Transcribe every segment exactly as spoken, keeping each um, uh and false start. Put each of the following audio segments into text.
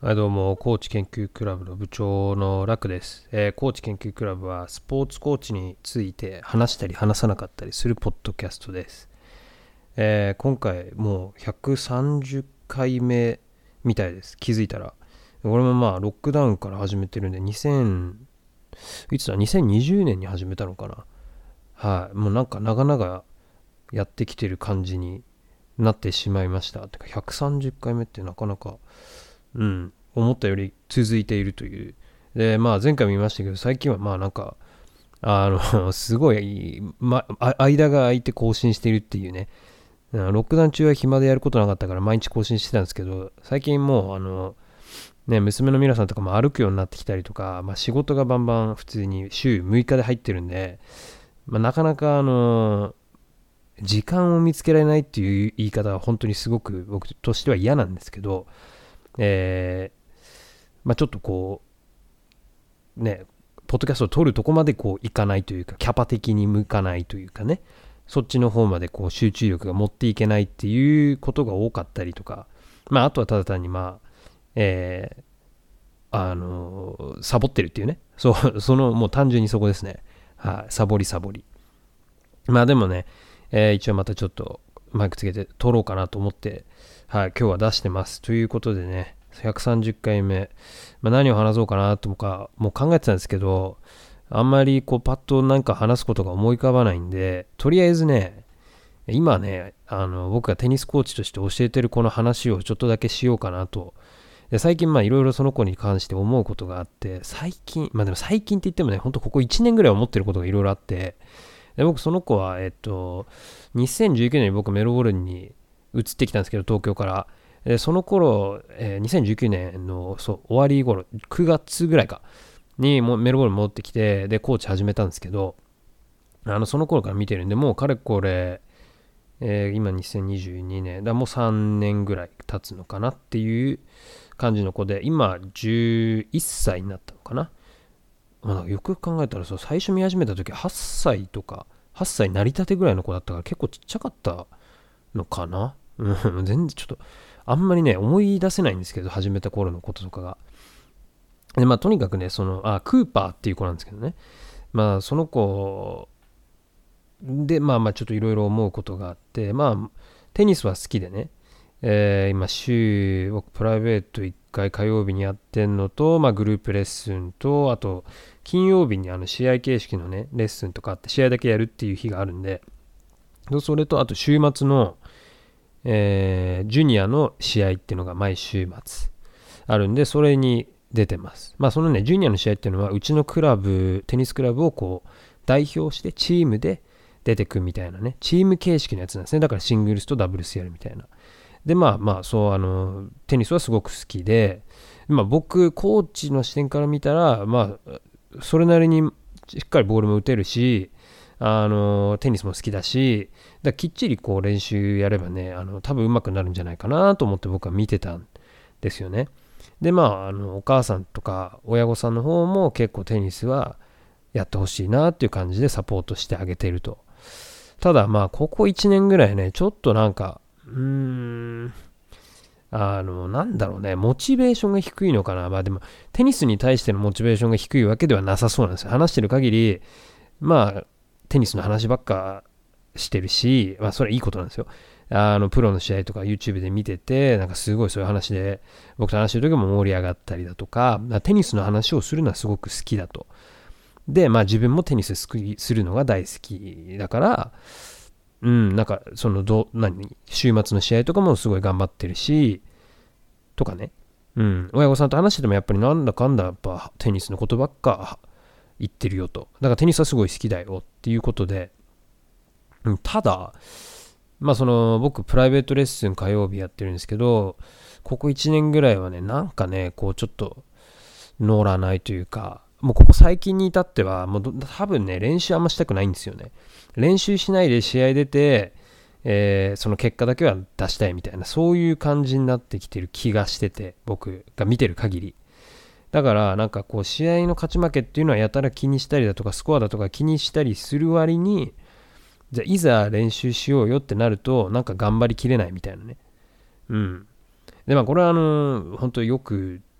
はい、どうも、コーチ研究クラブの部長の楽です、えー。コーチ研究クラブはスポーツコーチについて話したり話さなかったりするポッドキャストです。えー今回もうひゃくさんじゅっかいめみたいです。気づいたら。これもまあロックダウンから始めてるんで、にせん、いつだ、にせんにじゅうねんに始めたのかな。はい、もうなんか長々やってきてる感じになってしまいました。てかひゃくさんじゅっかいめってなかなかうん、思ったより続いているという。で、まあ前回も言いましたけど、最近はまあなんか、あの、すごい、ま、間が空いて更新しているっていうね。ロックダウン中は暇でやることなかったから毎日更新してたんですけど、最近もう、あの、ね、娘の皆さんとかも歩くようになってきたりとか、まあ仕事がバンバン普通に週むいかで入ってるんで、まあなかなかあの、時間を見つけられないっていう言い方は本当にすごく僕としては嫌なんですけど、えーまあ、ちょっとこうねポッドキャストを撮るとこまでこういかないというか、キャパ的に向かないというかね、そっちの方までこう集中力が持っていけないっていうことが多かったりとか、まああとはただ単にまあえーあのサボってるっていうね、そうそのもう単純にそこですね。はい、サボりサボり。まあでもね、えー一応またちょっとマイクつけて撮ろうかなと思って、はい、今日は出してますということでね、ひゃくさんじゅっかいめ、まあ、何を話そうかなとかもう考えてたんですけど、あんまりこうパッとなんか話すことが思い浮かばないんで、とりあえずね、今ね、あの僕がテニスコーチとして教えてるこの話をちょっとだけしようかなと。で最近まあいろいろその子に関して思うことがあって、最近、まあでも最近って言ってもね、ほんとここいちねんぐらい思ってることがいろいろあって、で僕その子は、えっと、にせんじゅうきゅうねんに僕メルボルンに移ってきたんですけど、東京から。でその頃、えーにせんじゅうきゅうねんのそう終わり頃、くがつぐらいか、にもメルボルン戻ってきて、で、コーチ始めたんですけど、あの、その頃から見てるんで、もうかれこれ、えー今にせんにじゅうにねん、だもうさんねんぐらい経つのかなっていう感じの子で、今じゅういっさいになったのかな。まあ、よく考えたらそう、最初見始めた時はっさいとか、はっさい成り立てぐらいの子だったから結構ちっちゃかったのかな。うん、全然ちょっと、あんまりね、思い出せないんですけど、始めた頃のこととかが。で、まあ、とにかくね、その、あ、クーパーっていう子なんですけどね。まあ、その子で、まあまあ、ちょっといろいろ思うことがあって、まあ、テニスは好きでね、えー今、週、僕、プライベートいっかい火曜日にやってんのと、まあ、グループレッスンと、あと、金曜日にあの試合形式のね、レッスンとかあって、試合だけやるっていう日があるんで、それと、あと、週末の、えージュニアの試合っていうのが毎週末あるんで、それに出てます。まあ、そのね、ジュニアの試合っていうのは、うちのクラブ、テニスクラブをこう、代表してチームで出てくみたいなね、チーム形式のやつなんですね。だからシングルスとダブルスやるみたいな。で、まあまあ、そう、あの、テニスはすごく好きで、まあ僕、コーチの視点から見たら、まあ、それなりにしっかりボールも打てるし、あの、テニスも好きだし、だきっちりこう練習やればね、あの、多分上手くなるんじゃないかなと思って僕は見てたんですよね。で、まあ、あの、お母さんとか親御さんの方も結構テニスはやってほしいなっていう感じでサポートしてあげていると。ただまあ、ここいちねんぐらいね、ちょっとなんか、うーん、あの、なんだろうね、モチベーションが低いのかな。まあでも、テニスに対してのモチベーションが低いわけではなさそうなんですよ。話してる限り、まあ、テニスの話ばっかしてるし、まあ、それはいいことなんですよ。あの、プロの試合とか YouTube で見てて、なんかすごいそういう話で、僕と話してる時も盛り上がったりだとか、テニスの話をするのはすごく好きだと。で、まあ自分もテニスするのが大好きだから、うん、なんか、その、ど、何、週末の試合とかもすごい頑張ってるし、とかね。うん、親御さんと話しててもやっぱりなんだかんだやっぱテニスのことばっか言ってるよと。だからテニスはすごい好きだよっていうことで、うん、ただ、まあその僕プライベートレッスン火曜日やってるんですけど、ここいちねんぐらいはね、なんかね、こうちょっと乗らないというか、もうここ最近に至っては、もう多分ね、練習あんましたくないんですよね。練習しないで試合出て、えーその結果だけは出したいみたいな、そういう感じになってきてる気がしてて、僕が見てる限り。だからなんかこう試合の勝ち負けっていうのはやたら気にしたりだとかスコアだとか気にしたりする割に、じゃあいざ練習しようよってなるとなんか頑張りきれないみたいなね。うん。でまあこれはあの本当よく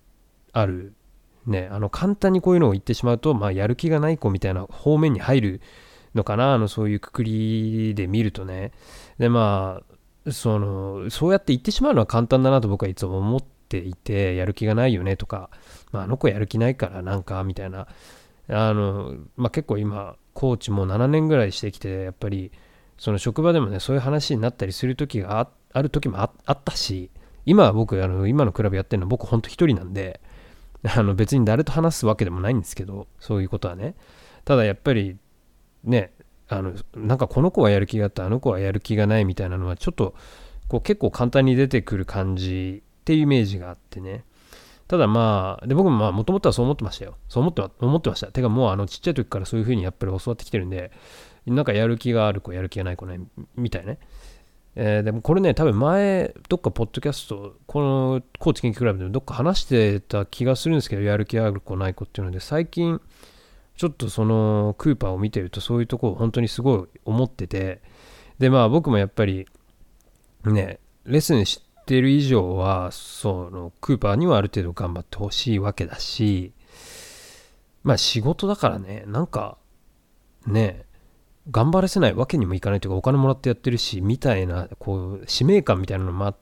あるね、あの簡単にこういうのを言ってしまうと、まあ、やる気がない子みたいな方面に入るのかな、あのそういうくくりで見るとね。でまあそのそうやって言ってしまうのは簡単だなと僕はいつも思っていて、やる気がないよねとか、まあ、あの子やる気ないからなんかみたいな、あの、まあ、結構今コーチもななねんぐらいしてきて、やっぱりその職場でもねそういう話になったりする時が あ, ある時も あ, あったし、今は僕あの今のクラブやってるのは僕ほんと一人なんで、あの別に誰と話すわけでもないんですけど、そういうことはね。ただやっぱりね、あのなんかこの子はやる気があってあの子はやる気がないみたいなのはちょっとこう結構簡単に出てくる感じっていうイメージがあってね。ただまあで僕もまあもともとはそう思ってましたよ。そう思って思ってました。てかもうあのちっちゃい時からそういう風にやっぱり教わってきてるんで、なんかやる気がある子やる気がない子ねみたいね。えーでもこれね、多分前、どっかポッドキャスト、このコーチ研究クラブでもどっか話してた気がするんですけど、やる気ある子ない子っていうので、最近、ちょっとそのクーパーを見てると、そういうところを本当にすごい思ってて、で、まあ僕もやっぱり、ね、レッスン知ってる以上は、そのクーパーにはある程度頑張ってほしいわけだし、まあ仕事だからね、なんか、ね、頑張らせないわけにもいかないというか、お金もらってやってるしみたいな、こう使命感みたいなのもあって、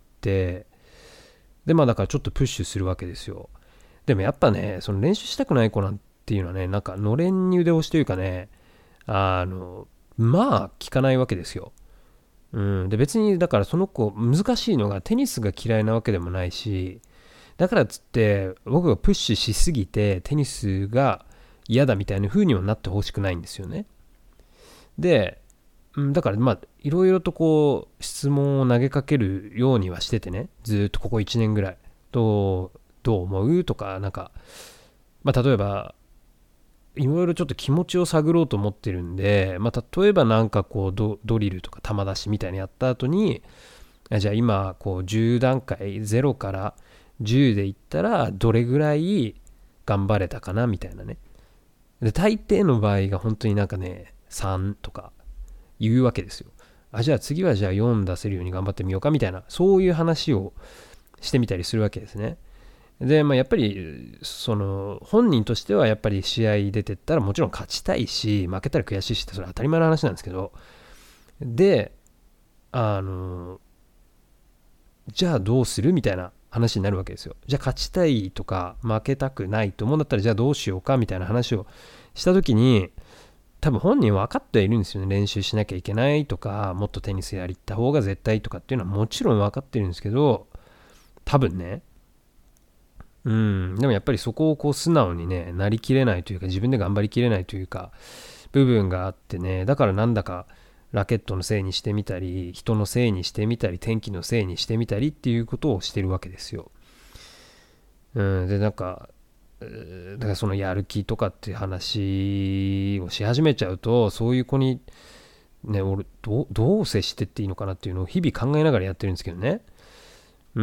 でまあだからちょっとプッシュするわけですよ。でもやっぱね、その練習したくない子なんていうのはね、なんかのれんに腕押しというかね、あのまあ効かないわけですよ。うん、で別にだからその子難しいのがテニスが嫌いなわけでもないし、だからっつって僕がプッシュしすぎてテニスが嫌だみたいな風にはなってほしくないんですよね。で、うん、だからまあいろいろとこう質問を投げかけるようにはしててね、ずーっとここいちねんぐらいどうどう思うとか、なんか、まあ、例えばいろいろちょっと気持ちを探ろうと思ってるんで、まあ、例えばなんかこう ド, ドリルとか球出しみたいにやった後に、じゃあ今こうじゅう段階ゼロからじゅうでいったらどれぐらい頑張れたかなみたいなね。で大抵の場合が本当になんかねさんとか言うわけですよ。あ、じゃあ次はじゃあよん出せるように頑張ってみようかみたいな、そういう話をしてみたりするわけですね。で、まあ、やっぱりその本人としてはやっぱり試合出てったらもちろん勝ちたいし、負けたら悔しいしってそれ当たり前の話なんですけど、で、あのじゃあどうするみたいな話になるわけですよ。じゃあ勝ちたいとか負けたくないと思うんだったらじゃあどうしようかみたいな話をした時に、多分本人分かってはいるんですよね。練習しなきゃいけないとか、もっとテニスやりた方が絶対とかっていうのはもちろん分かってるんですけど、多分ね、うん、でもやっぱりそこをこう素直にね、なりきれないというか、自分で頑張りきれないというか、部分があってね、だからなんだかラケットのせいにしてみたり、人のせいにしてみたり、天気のせいにしてみたりっていうことをしてるわけですよ。うん、で、なんか、だからそのやる気とかっていう話をし始めちゃうと、そういう子にね、俺どう、どう接してっていいのかなっていうのを日々考えながらやってるんですけどね。うん、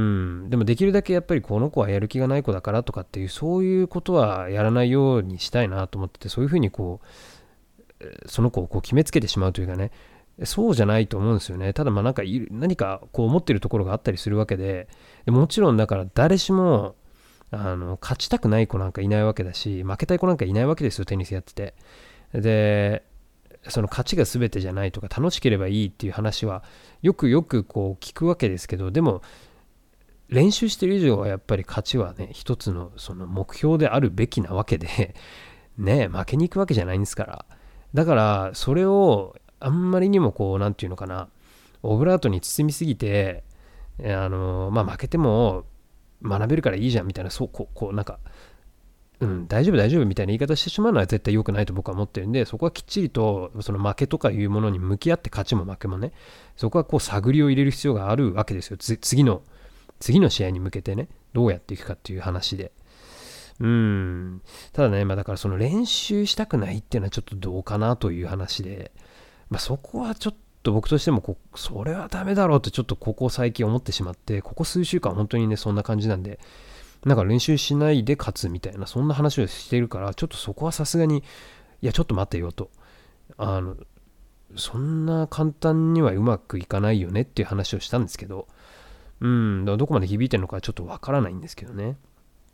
でもできるだけやっぱりこの子はやる気がない子だからとかっていうそういうことはやらないようにしたいなと思ってて、そういうふうにこうその子をこう決めつけてしまうというかね、そうじゃないと思うんですよね。ただまあなんか何かこう思ってるところがあったりするわけで、もちろんだから誰しもあの勝ちたくない子なんかいないわけだし、負けたい子なんかいないわけですよ、テニスやってて。で、その勝ちが全てじゃないとか楽しければいいっていう話はよくよくこう聞くわけですけど、でも練習してる以上はやっぱり勝ちはね一つのその目標であるべきなわけでね、負けに行くわけじゃないんですから。だからそれをあんまりにもこうなんていうのかな、オブラートに包みすぎて、あのまあ負けても学べるからいいじゃんみたいな、そうこうこうなんか、うん、大丈夫大丈夫みたいな言い方してしまうのは絶対良くないと僕は思ってるんで、そこはきっちりとその負けとかいうものに向き合って、勝ちも負けもね、そこはこう探りを入れる必要があるわけですよ。次の次の試合に向けてね、どうやっていくかっていう話で。うん。ただね、まあだからその練習したくないっていうのはちょっとどうかなという話で、まあそこはちょっと僕としてもこ、それはダメだろうってちょっとここ最近思ってしまって、ここ数週間本当にね、そんな感じなんで、なんか練習しないで勝つみたいな、そんな話をしているから、ちょっとそこはさすがに、いや、ちょっと待ってよと。あの、そんな簡単にはうまくいかないよねっていう話をしたんですけど、うん、だからどこまで響いてるのかちょっとわからないんですけどね。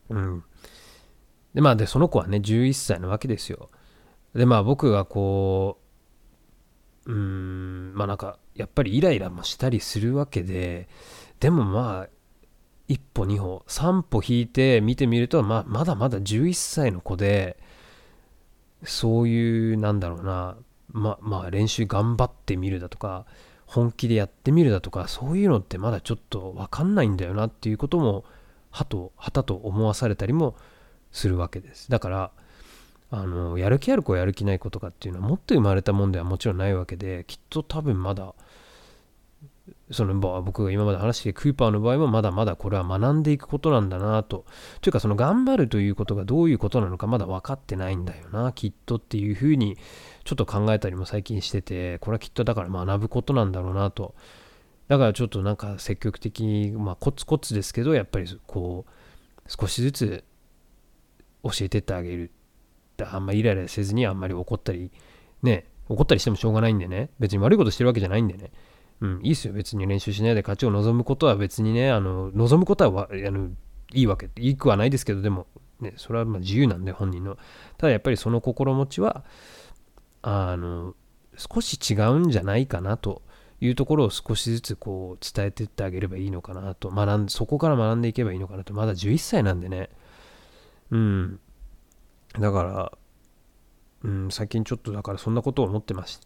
うん。で、まあ、で、その子はね、じゅういっさいなわけですよ。で、まあ、僕がこう、うーん、まあなんか、やっぱりイライラもしたりするわけで、でもまあ、一歩二歩、三歩引いて見てみると、まあ、まだまだじゅういっさいの子で、そういう、なんだろうな、ま、まあ練習頑張ってみるだとか、本気でやってみるだとか、そういうのってまだちょっとわかんないんだよなっていうことも、はと、はたと思わされたりもするわけです。だから、あの、やる気ある子やる気ない子とかっていうのは、持って生まれたもんではもちろんないわけで、きっと多分まだ、その僕が今まで話しているクーパーの場合もまだまだこれは学んでいくことなんだなと。というかその頑張るということがどういうことなのかまだ分かってないんだよな、きっとっていうふうにちょっと考えたりも最近してて、これはきっとだから学ぶことなんだろうなと。だからちょっとなんか積極的に、まあコツコツですけど、やっぱりこう少しずつ教えてってあげる。あんまりイライラせずにあんまり怒ったり、ね、怒ったりしてもしょうがないんでね、別に悪いことしてるわけじゃないんでね。うん、いいっすよ。別に練習しないで勝ちを望むことは別にね、あの、望むことはあのいいわけ、いいくはないですけど、でも、ね、それはまあ自由なんで、本人の。ただやっぱりその心持ちは、あの、少し違うんじゃないかなというところを少しずつこう伝えていってあげればいいのかなと、学んで、そこから学んでいけばいいのかなと、まだじゅういっさいなんでね。うん。だから、うん、最近ちょっとだからそんなことを思ってまして、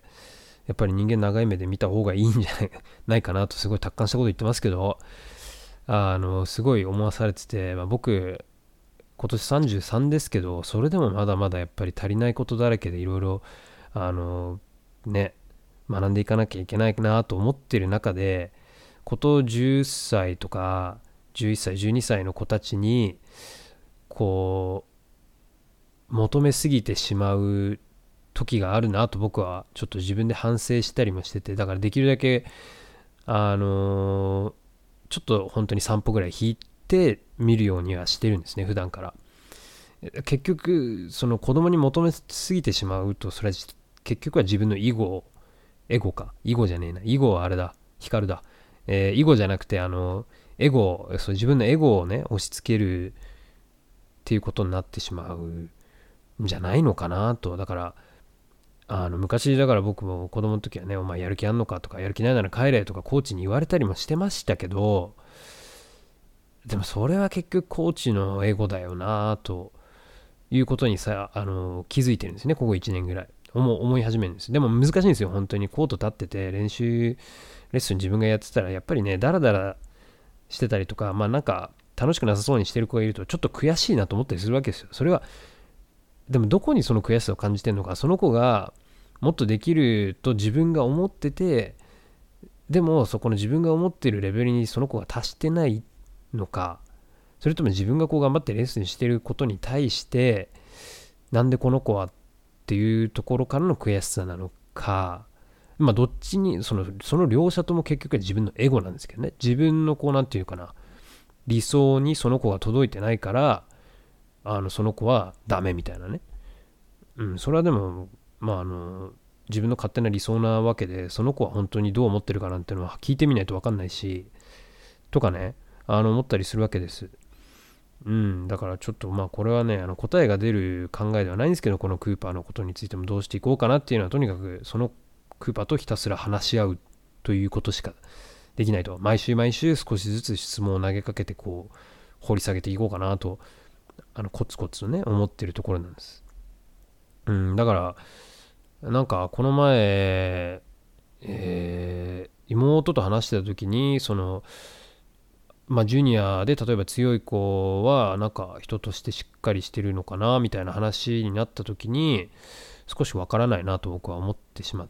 やっぱり人間長い目で見た方がいいんじゃないないかなとすごい達観したこと言ってますけど、あの、すごい思わされてて、まあ、僕、今年さんじゅうさんですけど、それでもまだまだやっぱり足りないことだらけでいろいろ、あの、ね、学んでいかなきゃいけないなと思ってる中で、ことじゅっさいとか、じゅういっさい、じゅうにさいの子たちに、こう、求めすぎてしまう時があるなと僕はちょっと自分で反省したりもしてて、だからできるだけあのーちょっと本当に散歩ぐらい引いて見るようにはしてるんですね、普段から。結局その子供に求めすぎてしまうと、それは結局は自分の囲碁、エゴか囲碁じゃねえな、囲碁はあれだ、光だ、えー、囲碁じゃなくてあのエゴ、そう自分のエゴをね押し付けるっていうことになってしまうんじゃないのかなと。だからあの昔だから僕も子供の時はね、お前やる気あんのかとか、やる気ないなら帰れとかコーチに言われたりもしてましたけど、でもそれは結局コーチのエゴだよなということにさ、あの気づいてるんですね、ここいちねんぐらい。思思い始めるんです。でも難しいんですよ、本当に。コート立ってて練習レッスン自分がやってたらやっぱりね、ダラダラしてたりとか、まあなんか楽しくなさそうにしてる子がいるとちょっと悔しいなと思ったりするわけですよ。それはでもどこにその悔しさを感じてるのか、その子がもっとできると自分が思ってて、でもそこの自分が思っているレベルにその子が達してないのか、それとも自分がこう頑張ってレッスンしてることに対してなんでこの子はっていうところからの悔しさなのか、まあどっちに、そのその両者とも結局は自分のエゴなんですけどね。自分のこうなんていうかな、理想にその子が届いてないから、あのその子はダメみたいなね。うん、それはでも、まああの自分の勝手な理想なわけで、その子は本当にどう思ってるかなんてのは聞いてみないと分かんないし、とかね、あの思ったりするわけです。うん、だからちょっとまあこれはね、あの答えが出る考えではないんですけど、このクーパーのことについてもどうしていこうかなっていうのは、とにかくそのクーパーとひたすら話し合うということしかできないと。毎週毎週少しずつ質問を投げかけてこう掘り下げていこうかなと、あのコツコツとね思ってるところなんです。うん、だからなんかこの前、えー妹と話してた時に、そのまあ、ジュニアで例えば強い子はなんか人としてしっかりしてるのかなみたいな話になった時に、少しわからないなと僕は思ってしまって、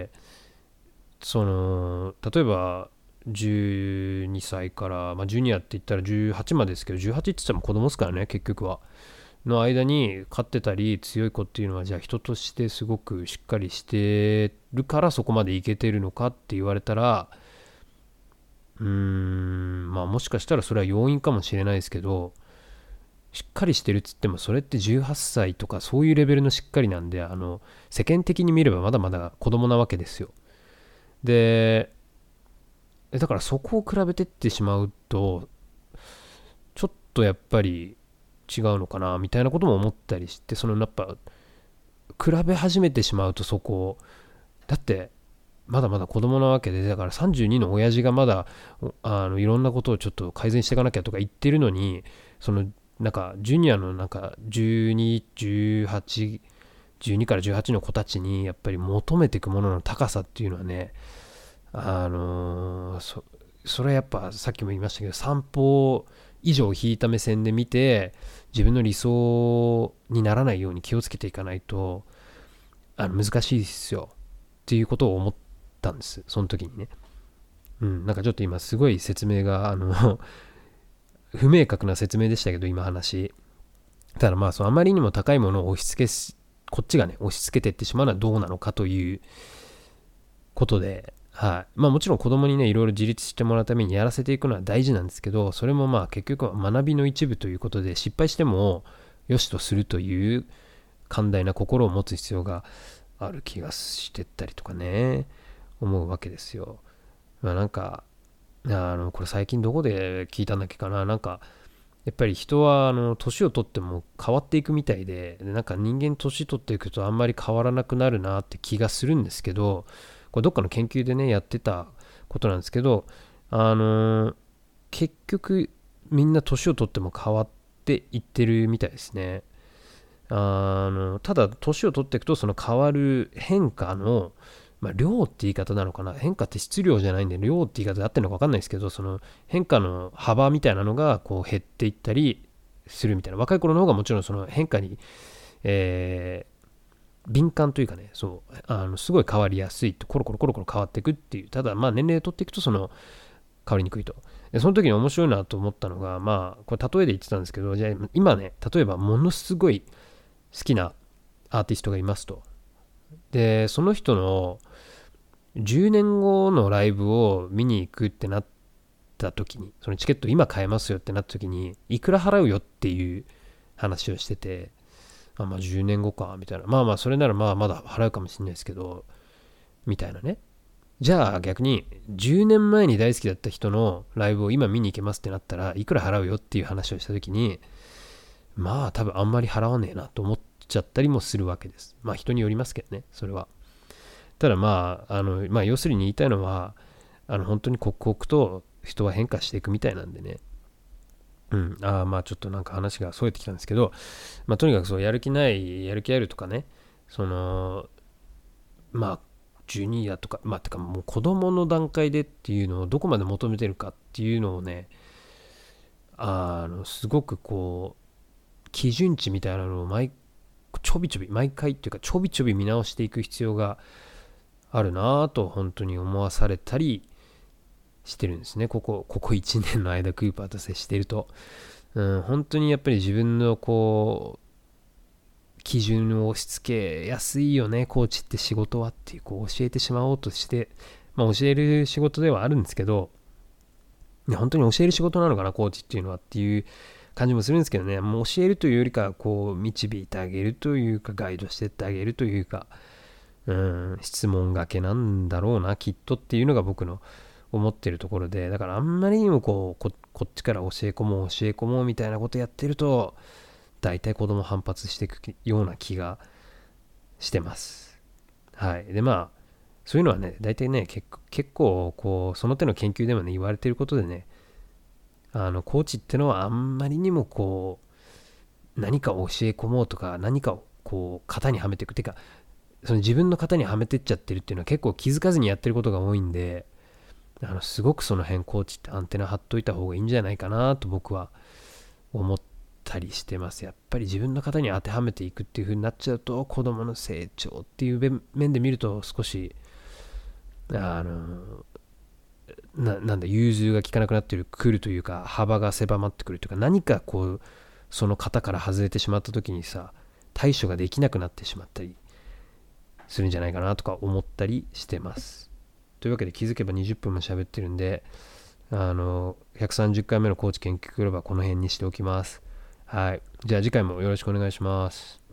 その例えばじゅうにさいから、まあ、ジュニアって言ったらじゅうはちまでですけど、じゅうはちって言っても子供ですからね、結局は。の間に勝ってたり強い子っていうのは、じゃあ人としてすごくしっかりしてるからそこまでいけてるのかって言われたら、うーん、まあもしかしたらそれは要因かもしれないですけど、しっかりしてるっつってもそれってじゅうはっさいとかそういうレベルのしっかりなんで、あの世間的に見ればまだまだ子供なわけですよ。でだからそこを比べてってしまうと、ちょっとやっぱり違うのかなみたいなことも思ったりして、そのやっぱ比べ始めてしまうと、そこだってまだまだ子供なわけで、だからさんじゅうにの親父がまだあのいろんなことをちょっと改善していかなきゃとか言ってるのに、そのなんかジュニアのなんかじゅうに、じゅうはち、じゅうにからじゅうはちの子たちにやっぱり求めていくものの高さっていうのはね、あのーそそれはやっぱさっきも言いましたけど、散歩以上引いた目線で見て自分の理想にならないように気をつけていかないとあの難しいですよっていうことを思ったんです、その時にね。うん、なんかちょっと今すごい説明があの不明確な説明でしたけど、今話ただまあそのあまりにも高いものを押し付けしこっちがね押し付けていってしまうのはどうなのかということで、はい。まあもちろん子供にね、いろいろ自立してもらうためにやらせていくのは大事なんですけど、それもまあ結局は学びの一部ということで、失敗しても良しとするという寛大な心を持つ必要がある気がしてったりとかね、思うわけですよ。まあなんか、あの、これ最近どこで聞いたんだっけかな、なんか、やっぱり人はあの年を取っても変わっていくみたいで、でなんか人間年取っていくとあんまり変わらなくなるなって気がするんですけど、これどっかの研究でねやってたことなんですけど、あのー結局みんな年を取っても変わっていってるみたいですね。あのただ年を取っていくとその変わる変化の、まあ、量って言い方なのかな、変化って質量じゃないんで量って言い方で合ってるのか分かんないですけど、その変化の幅みたいなのがこう減っていったりするみたいな。若い頃の方がもちろんその変化に、えー敏感というかね、そうあのすごい変わりやすいと、コロコロコロコロ変わっていくっていう。ただまあ年齢を取っていくとその変わりにくいと。でその時に面白いなと思ったのが、まあこれ例えで言ってたんですけど、じゃあ今ね、例えばものすごい好きなアーティストがいますと。でその人のじゅうねんごのライブを見に行くってなった時に、そのチケット今買えますよってなった時にいくら払うよっていう話をしてて、あまあじゅうねんごかみたいな、まあまあそれならまあまだ払うかもしれないですけどみたいなね。じゃあ逆にじゅうねんまえに大好きだった人のライブを今見に行けますってなったらいくら払うよっていう話をした時に、まあ多分あんまり払わねえなと思っちゃったりもするわけです。まあ人によりますけどね、それは。ただまああのまあ要するに言いたいのは、あの本当に刻々と人は変化していくみたいなんでね。うん、ああまあちょっとなんか話がそれてきたんですけど、まあとにかくそうやる気ないやる気あるとかね、そのまあジュニアとかまあてかもう子供の段階でっていうのをどこまで求めてるかっていうのをね、あのすごくこう基準値みたいなのを毎ちょびちょび毎回っていうかちょびちょび見直していく必要があるなぁと本当に思わされたりしてるんですね。ここここいちねんの間クーパーと接していると、うん、本当にやっぱり自分のこう基準を押し付けやすいよね、コーチって仕事はっていう、こう教えてしまおうとして、まあ教える仕事ではあるんですけど、本当に教える仕事なのかなコーチっていうのはっていう感じもするんですけどね。もう教えるというよりかこう導いてあげるというかガイドしてってあげるというか、うん、質問がけなんだろうなきっとっていうのが僕の思ってるところで、だからあんまりにもこう こ, こっちから教え込もう教え込もうみたいなことやってると大体子供反発していくような気がしてます。はい。でまあそういうのはね大体ね結構結構こうその手の研究でもね言われてることでね、あのコーチってのはあんまりにもこう何かを教え込もうとか何かをこう型にはめていくっていうか、その自分の型にはめてっちゃってるっていうのは結構気づかずにやってることが多いんで、あのすごくその辺コーチってアンテナ張っといた方がいいんじゃないかなと僕は思ったりしてます。やっぱり自分の型に当てはめていくっていう風になっちゃうと子供の成長っていう面で見ると少しあのななんだ融通が効かなくなってくるというか、幅が狭まってくるというか、何かこうその型から外れてしまった時にさ対処ができなくなってしまったりするんじゃないかなとか思ったりしてます。というわけで気づけばにじゅっぷんも喋ってるんで、あのひゃくさんじゅっかいめのコーチ研究クラブはこの辺にしておきます。はい。じゃあ次回もよろしくお願いします。